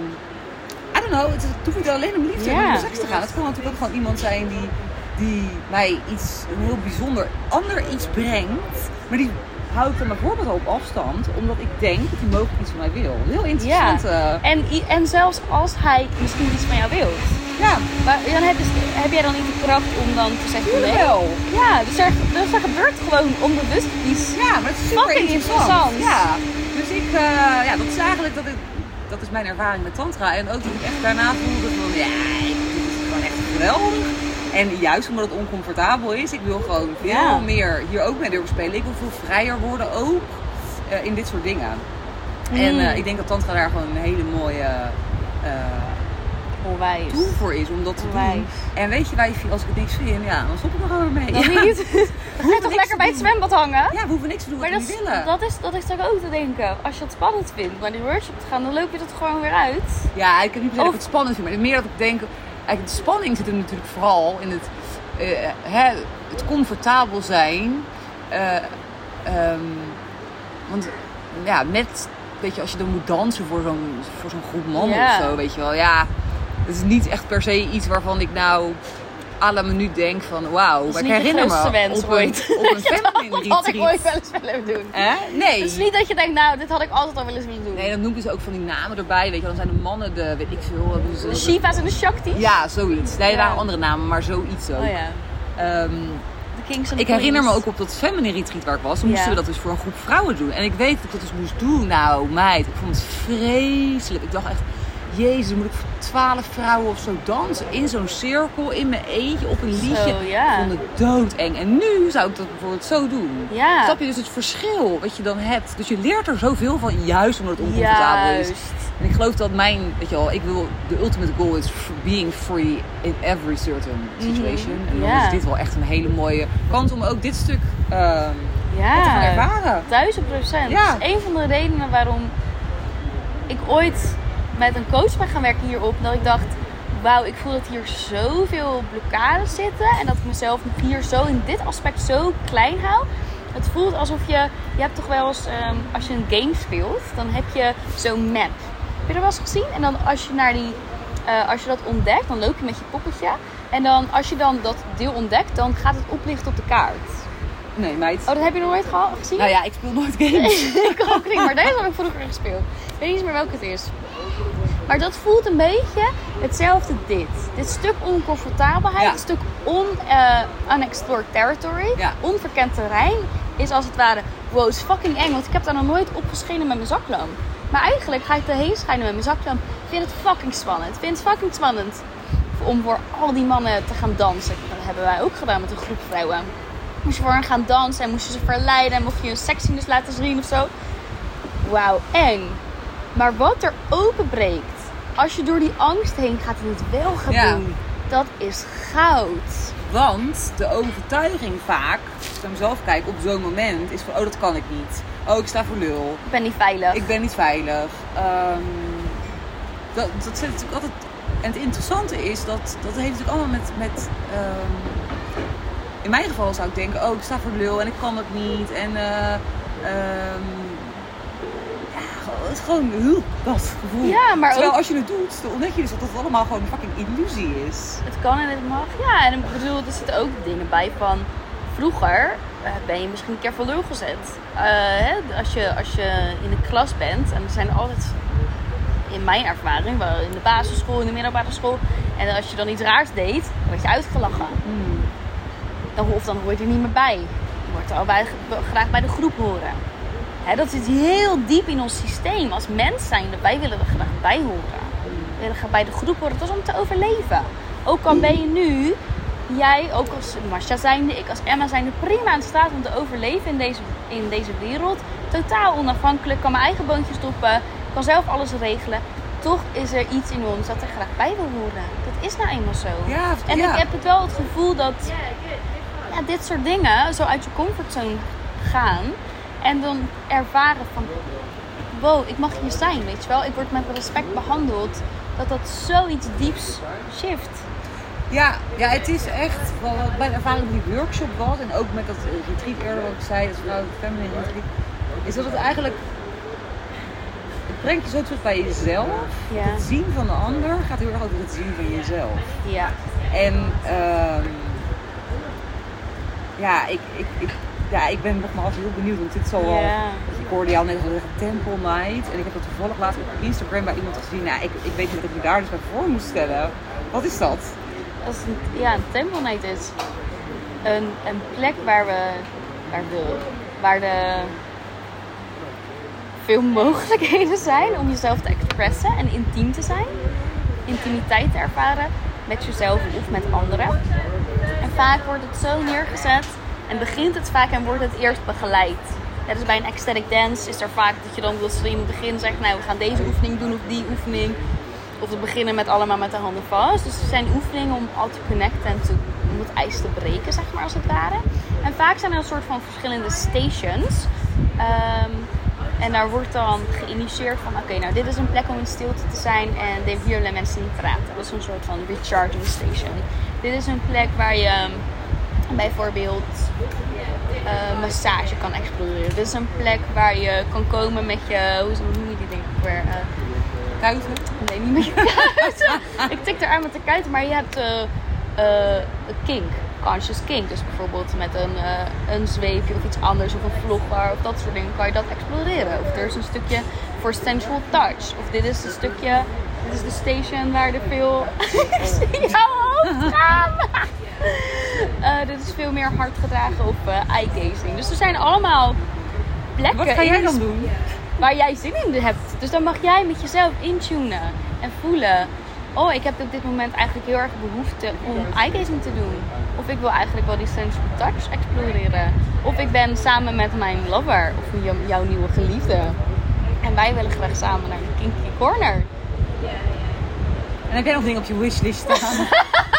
A: I don't know, het hoeft niet alleen om liefde en om seks te gaan. Het kan natuurlijk ook gewoon iemand zijn die mij een heel bijzonder ander iets brengt. Maar die hou ik dan bijvoorbeeld op afstand, omdat ik denk dat hij mogelijk iets van mij wil. Heel interessant.
B: Ja. En zelfs als hij misschien iets van jou wil.
A: Ja. Maar
B: dan heb jij dan niet de kracht om dan te zeggen nee?
A: Wel.
B: Ja, dus er gebeurt gewoon onbewust iets.
A: Ja, maar het is super interessant. Ja. Dus dat is eigenlijk dat is mijn ervaring met tantra. En ook dat ik echt daarna voelde van, dit is gewoon echt geweldig. En juist omdat het oncomfortabel is, ik wil gewoon veel meer hier ook mee durven spelen. Ik wil veel vrijer worden ook in dit soort dingen. En ik denk dat tantra daar gewoon een hele mooie
B: Onwijs.
A: tool voor is om dat te doen. En weet je, wijfie, als ik het niks vind, dan stop ik er gewoon mee.
B: Dan niet. Dan ga je toch lekker bij het zwembad hangen?
A: Ja, we hoeven niks te doen wat we niet willen.
B: Dat is toch ook te denken. Als je het spannend vindt naar die workshop te gaan, dan loop je dat gewoon weer uit.
A: Ja, ik heb niet dat ik het spannend vind, maar meer dat ik denk, eigenlijk de spanning zit er natuurlijk vooral in het comfortabel zijn. Want ja, met, weet je, als je dan moet dansen voor zo'n groep mannen of zo, weet je wel. Ja, het is niet echt per se iets waarvan ik nou à la minuut denk van wauw. Maar ik herinner me op een feminine retreat.
B: Dat had ik ooit wel eens willen doen.
A: Nee.
B: Het is niet dat je denkt, nou, dit had ik altijd al wel eens willen doen.
A: Nee, dan noemen ze ook van die namen erbij. Weet je, dan zijn de mannen de, weet ik veel.
B: De Shiva's en de Shakti's?
A: Ja, zoiets. Nee, er waren andere namen, maar zoiets ook.
B: Oh ja.
A: Ik herinner me ook op dat feminine retreat waar ik was. Toen moesten we dat dus voor een groep vrouwen doen. En ik weet dat ik dat dus moest doen. Nou, meid, ik vond het vreselijk. Ik dacht echt, jezus, moet ik voor 12 vrouwen of zo dansen. In zo'n cirkel, in mijn eentje, op een liedje.
B: Zo, ja.
A: Ik vond het doodeng. En nu zou ik dat bijvoorbeeld zo doen.
B: Ja.
A: Snap je dus het verschil wat je dan hebt. Dus je leert er zoveel van, juist omdat het oncomfortabel is. En ik geloof dat weet je wel, ik wil, de ultimate goal is being free in every certain situation. En dan is dit wel echt een hele mooie kans om ook dit stuk te gaan ervaren.
B: 1000%.
A: Ja.
B: Dat is een van de redenen waarom ik ooit met een coach ben gaan werken hierop. Dat ik dacht, wauw, ik voel dat hier zoveel blokkades zitten. En dat ik mezelf hier zo in dit aspect zo klein hou. Het voelt alsof je hebt toch wel eens, als je een game speelt, dan heb je zo'n map. Heb je dat wel eens gezien? En dan als je dat ontdekt, dan loop je met je poppetje. En dan als je dan dat deel ontdekt, dan gaat het oplichten op de kaart.
A: Nee, meid.
B: Oh, dat heb je nog nooit gezien?
A: Nou ja, ik speel nooit games.
B: Ik ook niet, maar deze heb ik vroeger gespeeld. Ik weet niet eens meer welke het is. Maar dat voelt een beetje hetzelfde dit stuk oncomfortabelheid, het stuk unexplored territory, onverkend terrein, is als het ware, wow, is fucking eng. Want ik heb daar nog nooit opgeschenen met mijn zaklamp. Maar eigenlijk ga ik erheen schijnen met mijn zaklamp. Ik vind het fucking spannend. Om voor al die mannen te gaan dansen. Dat hebben wij ook gedaan met een groep vrouwen. Moest je voor hen gaan dansen en moest je ze verleiden en mocht je hun sexiness laten zien of zo. Wauw, eng. Maar wat er openbreekt als je door die angst heen gaat en het wel gaat doen, dat is goud.
A: Want de overtuiging vaak, als ik naar mezelf kijk op zo'n moment, is van, oh, dat kan ik niet. Oh, ik sta voor lul.
B: Ik ben niet veilig.
A: Dat zit natuurlijk altijd. En het interessante is dat heeft natuurlijk allemaal met in mijn geval zou ik denken, oh, ik sta voor lul en ik kan het niet. En het is gewoon dat gevoel.
B: Ja, maar
A: terwijl
B: ook,
A: als je het doet, dan ontdek je dus dat het allemaal gewoon een fucking illusie is.
B: Het kan en het mag. Ja, en ik bedoel, er zitten ook dingen bij van vroeger ben je misschien een keer voor lul gezet. Als je in de klas bent, en er zijn altijd, in mijn ervaring, wel in de basisschool, in de middelbare school, en als je dan iets raars deed, dan word je uitgelachen. Of dan hoor je er niet meer bij. Je wordt er al graag bij de groep horen. Dat zit heel diep in ons systeem. Als mens zijnde, wij willen er graag bij horen. We willen graag bij de groep horen. Dat is om te overleven. Ook al ben je nu, jij ook als Masha zijnde, ik als Emma zijnde, prima in staat om te overleven in deze wereld. Totaal onafhankelijk, kan mijn eigen boontjes stoppen, kan zelf alles regelen. Toch is er iets in ons dat er graag bij wil horen. Dat is nou eenmaal zo. Ik heb het wel het gevoel dat dit soort dingen zo uit je comfortzone gaan. En dan ervaren van, wow, ik mag hier zijn, weet je wel. Ik word met respect behandeld. Dat zoiets dieps shift.
A: Ja, het is echt, wat mijn ervaring met die workshop was, en ook met dat retreat eerder wat ik zei, dat vrouwelijke feminine retreat, is dat het eigenlijk, het brengt je zo terug bij jezelf.
B: Ja.
A: Het zien van de ander gaat heel erg over het zien van jezelf.
B: Ja.
A: En ik ben nogmaals heel benieuwd, want dit zal wel, ik hoorde jou net al zeggen, Temple Night. En ik heb dat toevallig laatst op Instagram bij iemand gezien. Nou, ik weet niet dat ik me daar dus bij voor moest stellen. Wat is dat?
B: Dat is een Temple Night is een plek waar er veel mogelijkheden zijn om jezelf te expressen en intiem te zijn. Intimiteit te ervaren met jezelf of met anderen. En vaak wordt het zo neergezet en begint het vaak en wordt het eerst begeleid. Dus bij een ecstatic dance is er vaak dat je dan wil streamen in het begin zegt, nou, we gaan deze oefening doen of die oefening. Of te beginnen met allemaal met de handen vast. Dus er zijn oefeningen om al te connecten en om het ijs te breken, zeg maar, als het ware. En vaak zijn er een soort van verschillende stations. En daar wordt dan geïnitieerd van, oké, nou dit is een plek om in stilte te zijn en hier willen mensen niet praten. Dat is een soort van recharging station. Dit is een plek waar je bijvoorbeeld massage kan exploreren. Dit is een plek waar je kan komen met je, hoe noem je die ding ook weer?
A: Kuiten?
B: Nee, niet met je kuiten. Ik tik er aan met de kuiten, maar je hebt kink. Conscious kink. Dus bijvoorbeeld met een zweepje of iets anders of een vlogbar of dat soort dingen kan je dat exploreren. Of er is een stukje voor sensual touch. Of dit is de station waar er veel... Ik zie jouw hoofd gaan! Dit is veel meer hard gedragen op eye gazing. Dus er zijn allemaal plekken...
A: Wat ga jij dan doen?
B: Waar jij zin in hebt. Dus dan mag jij met jezelf intunen en voelen. Oh, ik heb op dit moment eigenlijk heel erg behoefte om eye-gazing te doen. Of ik wil eigenlijk wel die sensual touch exploreren. Of ik ben samen met mijn lover of jouw nieuwe geliefde. En wij willen graag samen naar de kinky corner.
A: En heb jij nog dingen op je wishlist staan?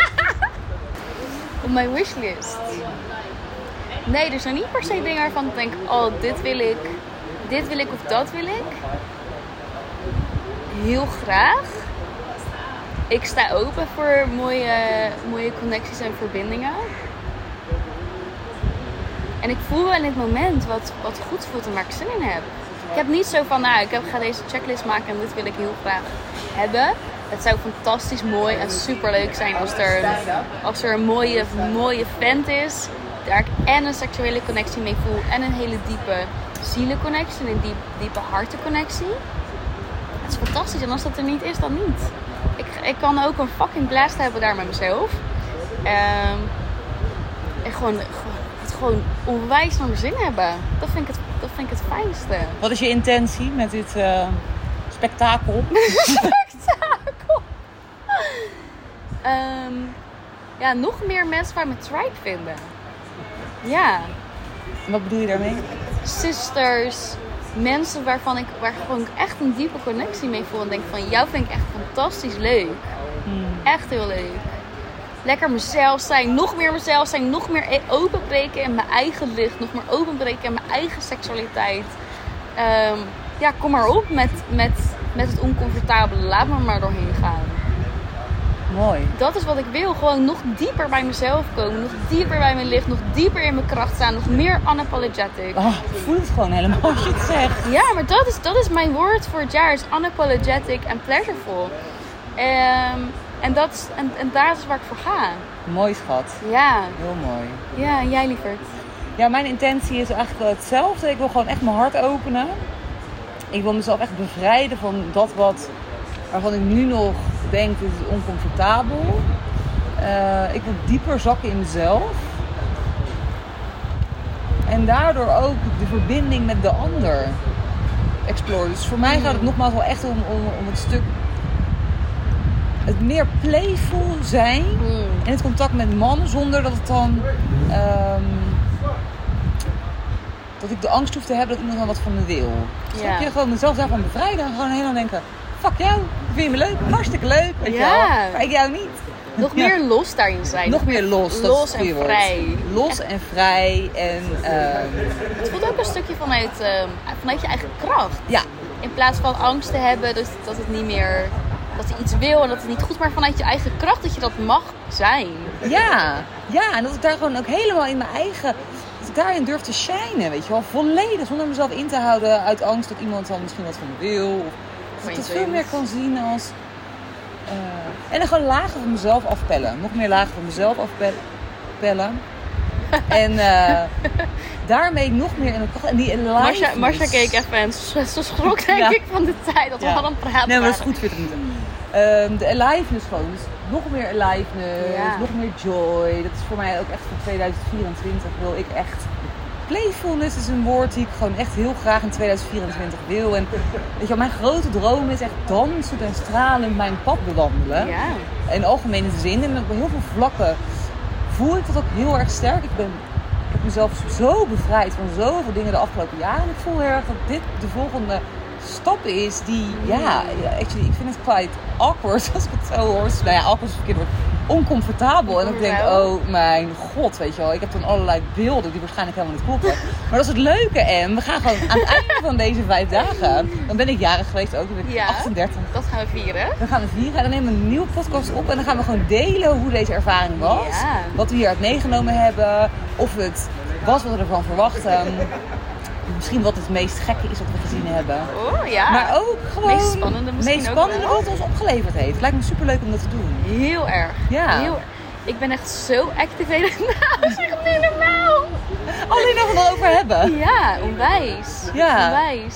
B: Op mijn wishlist? Nee, er zijn niet per se dingen waarvan ik denk, oh, dit wil ik of dat wil ik. Heel graag. Ik sta open voor mooie connecties en verbindingen. En ik voel wel in het moment wat goed voelt en waar ik zin in heb. Ik heb niet zo van, ik ga deze checklist maken en dit wil ik heel graag hebben. Het zou fantastisch mooi en super leuk zijn als er een mooie vent is. Daar ik en een seksuele connectie mee voel en een hele diepe zielenconnectie en een diepe hartenconnectie. Het is fantastisch en als dat er niet is, dan niet. Ik kan ook een fucking blast hebben daar met mezelf. En gewoon onwijs naar mijn zin hebben. Dat vind ik het fijnste.
A: Wat is je intentie met dit spektakel?
B: Spektakel! Nog meer mensen waar mijn tribe vinden. Ja.
A: Wat bedoel je daarmee?
B: Sisters, mensen waar gewoon echt een diepe connectie mee voel. En denk van, jou vind ik echt fantastisch leuk. Echt heel leuk. Lekker mezelf zijn, nog meer openbreken in mijn eigen licht. Nog meer openbreken in mijn eigen seksualiteit. Kom maar op met het oncomfortabele. Laat me maar doorheen gaan.
A: Mooi.
B: Dat is wat ik wil. Gewoon nog dieper bij mezelf komen. Nog dieper bij mijn licht. Nog dieper in mijn kracht staan. Nog meer unapologetic.
A: Oh, ik voel het gewoon helemaal als je het zegt.
B: Ja, maar dat is mijn woord voor het jaar. Is unapologetic en pleasureful. En daar is waar ik voor ga.
A: Mooi, schat.
B: Ja.
A: Heel mooi.
B: Ja, en jij, lieverd?
A: Ja, mijn intentie is eigenlijk wel hetzelfde. Ik wil gewoon echt mijn hart openen. Ik wil mezelf echt bevrijden van dat waarvan ik nu nog denk, dit is oncomfortabel. Ik wil dieper zakken in mezelf. En daardoor ook de verbinding met de ander exploren. Dus voor mij gaat het nogmaals wel echt om het stuk... Het meer playful zijn in het contact met mannen zonder dat het dan... dat ik de angst hoef te hebben dat iemand dan wat van me wil. Snap je? Gewoon mezelf daarvan bevrijden en gewoon helemaal denken... Fuck jou, vind je me leuk? Hartstikke leuk. Weet je wel? Maar ik jou niet.
B: Nog meer los daarin zijn.
A: Nog meer los.
B: Los en vrij.
A: Los en vrij. En,
B: het voelt ook een stukje vanuit je eigen kracht.
A: Ja.
B: In plaats van angst te hebben dat het niet meer... Dat hij iets wil en dat het niet goed is. Maar vanuit je eigen kracht dat je dat mag zijn.
A: Ja. En dat ik daar gewoon ook helemaal in mijn eigen... Dat ik daarin durf te shinen. Weet je wel. Volledig. Zonder mezelf in te houden uit angst dat iemand dan misschien wat van me wil. Of dat ik het veel meer kan zien als... en dan gewoon lagen van mezelf afpellen. Nog meer lagen van mezelf afpellen. En daarmee nog meer in de kracht. En die
B: Marsha keek even en ze schrok denk ik van de tijd dat we hadden praten.
A: Nee, maar dat is goed voor het niet. De aliveness gewoon. Dus nog meer aliveness, nog meer joy. Dat is voor mij ook echt voor 2024 wil ik echt... Playfulness is een woord die ik gewoon echt heel graag in 2024 wil. En weet je wel, mijn grote droom is echt dansend en stralend mijn pad bewandelen.
B: Ja.
A: In algemene zin. En op heel veel vlakken voel ik dat ook heel erg sterk. Ik heb mezelf zo bevrijd van zoveel dingen de afgelopen jaren. En ik voel heel erg dat dit de volgende stap is die, actually, ik vind het quite awkward als ik het zo hoor. Nou ja, awkward is het verkeerd woord. Oncomfortabel. En ik denk, oh mijn god, weet je wel. Ik heb dan allerlei beelden die waarschijnlijk helemaal niet kloppen. Maar dat is het leuke. En we gaan gewoon aan het einde van deze 5 dagen. Dan ben ik jarig geweest ook. Dan ben ik 38.
B: Dat gaan we vieren.
A: Dan gaan we vieren. En dan nemen we een nieuwe podcast op. En dan gaan we gewoon delen hoe deze ervaring was.
B: Ja.
A: Wat we hieruit meegenomen hebben. Of het was wat we ervan verwachten. Misschien wat het meest gekke is wat we gezien hebben.
B: Oh ja.
A: Maar ook gewoon
B: meest spannende misschien
A: meest
B: ook
A: spannende
B: wel.
A: wat het ons opgeleverd heeft. Het lijkt me superleuk om dat te doen.
B: Heel erg.
A: Ja.
B: Heel erg. Ik ben echt zo activated. Dat is echt niet normaal.
A: Alleen nog het erover hebben.
B: Ja, onwijs.
A: Ja.
B: Onwijs.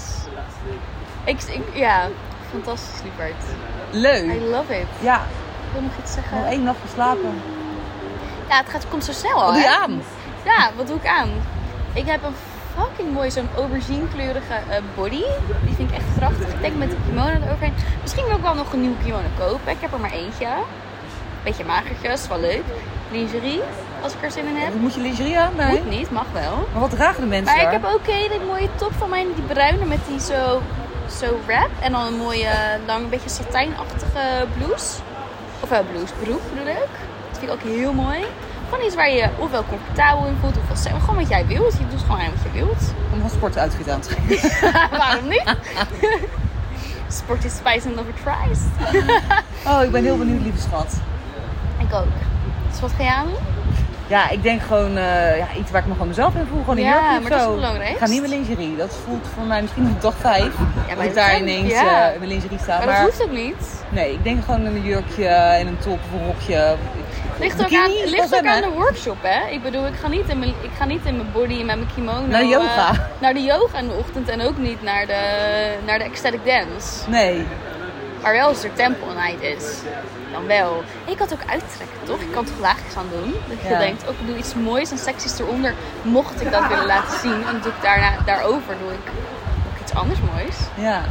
B: Fantastisch, lieverd.
A: Leuk.
B: I love it.
A: Ja,
B: Ik wil nog iets zeggen.
A: nog 1 nacht geslapen.
B: Ja, het komt zo snel al.
A: Wat doe je
B: hè?
A: aan?
B: Ja, wat doe ik aan? Ik heb een fucking mooi zo'n aubergine kleurige body. Die vind ik echt prachtig. Ik denk met de kimono eroverheen. Misschien wil ik wel nog een nieuwe kimono kopen. Ik heb er maar eentje. Beetje magertjes, wel leuk. Lingerie, als ik er zin in heb.
A: Moet je lingerie aan? Nee.
B: Moet niet, mag wel.
A: Maar wat dragen de mensen
B: Maar
A: daar?
B: ik heb ook die mooie top van mij, die bruine met die zo wrap. En dan een mooie, lang, beetje satijnachtige blouse. Of blouse, broek bedoel ik. Dat vind ik ook heel mooi. Gewoon iets waar je ofwel comfortabel in voelt, ofwel gewoon wat jij wilt. Je doet gewoon aan wat je wilt.
A: Om een sportuitfit aan te trekken.
B: Waarom niet? Sport is spice and love tries.
A: Oh, ik ben heel benieuwd, lieve schat.
B: Ik ook. Dus wat ga je aan doen?
A: Ja, ik denk gewoon iets waar ik me gewoon mezelf in voel. Gewoon een
B: Ja,
A: jurkje of
B: maar dat is
A: zo.
B: het belangrijkste.
A: Ik ga niet met lingerie. Dat voelt voor mij misschien op dag 5.
B: maar
A: dat ik
B: dat
A: daar
B: zijn-
A: ineens
B: ja.
A: in mijn lingerie sta.
B: Maar dat hoeft ook niet.
A: Nee, ik denk gewoon een jurkje en een top of een rokje.
B: Ligt ook,
A: Bikini,
B: ligt
A: dat
B: ook aan
A: zijn,
B: de workshop, hè? Ik bedoel, ik ga niet in mijn body en met mijn kimono...
A: Naar yoga.
B: Naar de yoga in de ochtend en ook niet naar de ecstatic dance.
A: Nee.
B: Maar wel als er temple night is. Dan wel. En ik had ook uittrekken, toch? Ik kan toch laagjes aan doen? Dat je denkt, ik doe iets moois en seksies eronder. Mocht ik dat willen laten zien. En dan doe ik daarover doe ik iets anders moois.
A: Ja.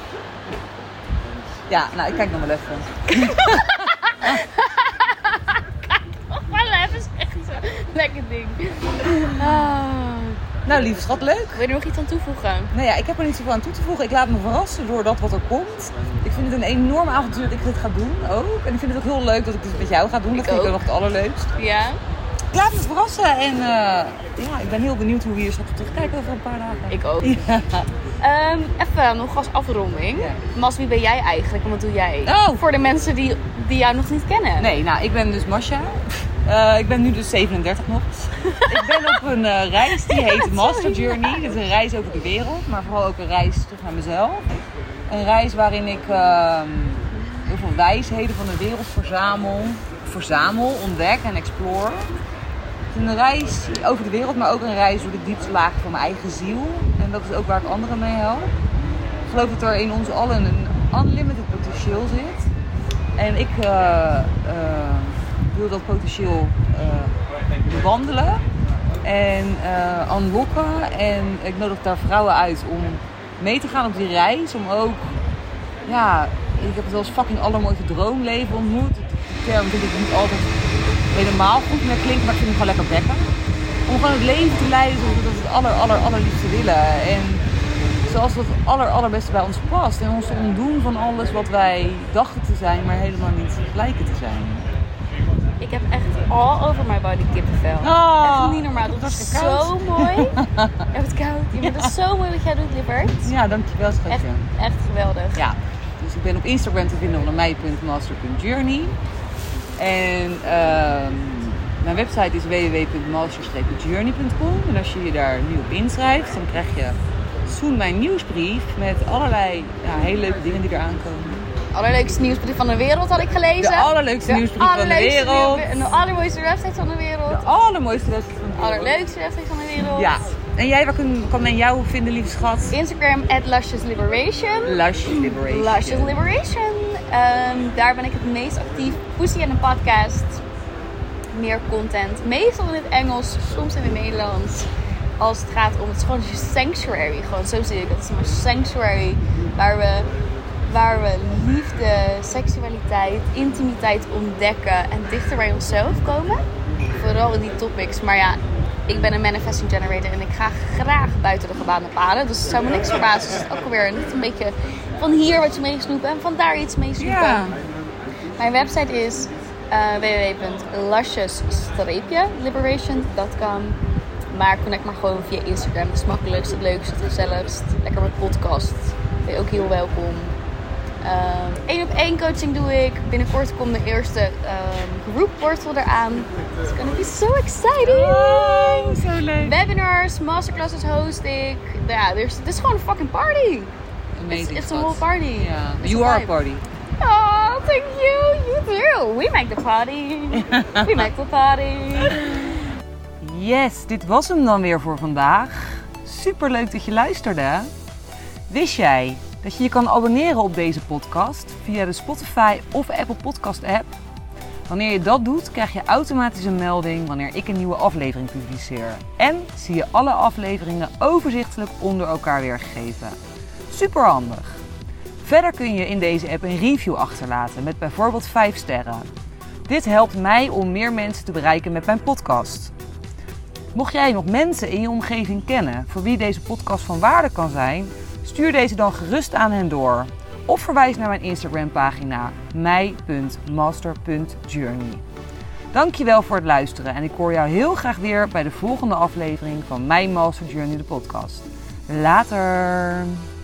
A: Ja, nou, ik kijk nog wel even.
B: Wel even zeggen zo. Lekker ding.
A: Nou, lieve schat, leuk.
B: Wil je er nog iets aan toevoegen?
A: Nou ja, ik heb er niet zoveel aan toe te voegen. Ik laat me verrassen door dat wat er komt. Ik vind het een enorm avontuur dat ik dit ga doen ook. En ik vind het ook heel leuk dat ik dit met jou ga doen. Dat vind ik ook nog het allerleukst.
B: Ja.
A: Ik laat me verrassen en ik ben heel benieuwd hoe we hier straks op terugkijken over een paar dagen.
B: Ik ook.
A: Ja.
B: Even nog als afronding.
A: Ja.
B: Mas, wie ben jij eigenlijk en wat doe jij?
A: Oh.
B: Voor de mensen die jou nog niet kennen.
A: Nee, nou, ik ben dus Masha. Ik ben nu dus 37 nog. Ik ben op een reis die heet Master Journey. Dit is een reis over de wereld, maar vooral ook een reis terug naar mezelf. Een reis waarin ik heel veel wijsheden van de wereld verzamel, ontdek en explore. Het is een reis over de wereld, maar ook een reis door de diepste lagen van mijn eigen ziel. En dat is ook waar ik anderen mee help. Ik geloof dat er in ons allen een unlimited potentieel zit. En ik wil dat potentieel bewandelen en unlocken. En ik nodig daar vrouwen uit om mee te gaan op die reis. Om ook, ik heb het wel eens fucking allermooiste droomleven ontmoet. Die term vind ik niet altijd helemaal goed meer klinken, maar ik vind hem gewoon lekker bekken. Om gewoon het leven te leiden zoals we het allerliefste willen. En zoals het allerbeste bij ons past. En ons te ontdoen van alles wat wij dachten te zijn, maar helemaal niet blijken te zijn.
B: Ik heb echt all over my body kippenvel. Echt niet normaal. Dat is zo mooi. Je hebt het koud. Ja, maar dat is zo mooi wat jij doet, lieverd.
A: Ja, dankjewel schatje.
B: Echt geweldig.
A: Ja, dus ik ben op Instagram te vinden onder mij.master.journey. En mijn website is www.master-journey.com. En als je je daar nu op inschrijft, dan krijg je soon mijn nieuwsbrief met allerlei hele leuke dingen die eraan komen.
B: Allerleukste nieuwsbrief van de wereld had ik gelezen.
A: De allerleukste nieuwsbrief van de wereld.
B: De allermooiste website van de wereld.
A: De allermooiste website van de wereld.
B: Allerleukste website van de wereld.
A: Ja. En jij, waar kan men jou vinden, lieve schat?
B: Instagram @lusciousliberation.
A: Luscious Liberation.
B: Luscious Liberation. Daar ben ik het meest actief. Pussy en een podcast. Meer content. Meestal in het Engels, soms in het Nederlands. Als het gaat om, het is gewoon je sanctuary. Gewoon zo zie ik het. Het is mijn sanctuary. Waar we liefde, seksualiteit, intimiteit ontdekken en dichter bij onszelf komen. Vooral in die topics. Maar ja, ik ben een manifesting generator en ik ga graag buiten de gebaande paden. Dus het zou me niks verbazen als het ook alweer niet een beetje van hier wat je mee snoepen en van daar iets mee snoepen.
A: Ja.
B: Mijn website is www.lashes-liberation.com. Maar connect maar gewoon via Instagram. Het is het makkelijkst, het leukst, het gezelligst. Lekker met podcast. Ben je ook heel welkom. 1-op-1 coaching doe ik. Binnenkort komt de eerste groepportal eraan. It's gonna be so exciting!
A: Oh, zo leuk.
B: Webinars, masterclasses host ik. Ja, het is gewoon een fucking party.
A: Amazing.
B: It's a whole party.
A: Ja.
B: It's
A: You
B: a
A: are a
B: vibe.
A: party.
B: Oh, thank you. You too. We make the party. We make the party.
A: Yes, dit was hem dan weer voor vandaag. Super leuk dat je luisterde. Wist jij dat je je kan abonneren op deze podcast via de Spotify of Apple Podcast app? Wanneer je dat doet, krijg je automatisch een melding wanneer ik een nieuwe aflevering publiceer. En zie je alle afleveringen overzichtelijk onder elkaar weergegeven. Super handig. Verder kun je in deze app een review achterlaten met bijvoorbeeld 5 sterren. Dit helpt mij om meer mensen te bereiken met mijn podcast. Mocht jij nog mensen in je omgeving kennen voor wie deze podcast van waarde kan zijn, stuur deze dan gerust aan hen door. Of verwijs naar mijn Instagram pagina mij.master.journey. Dankjewel voor het luisteren en ik hoor jou heel graag weer bij de volgende aflevering van My Master Journey, de podcast. Later!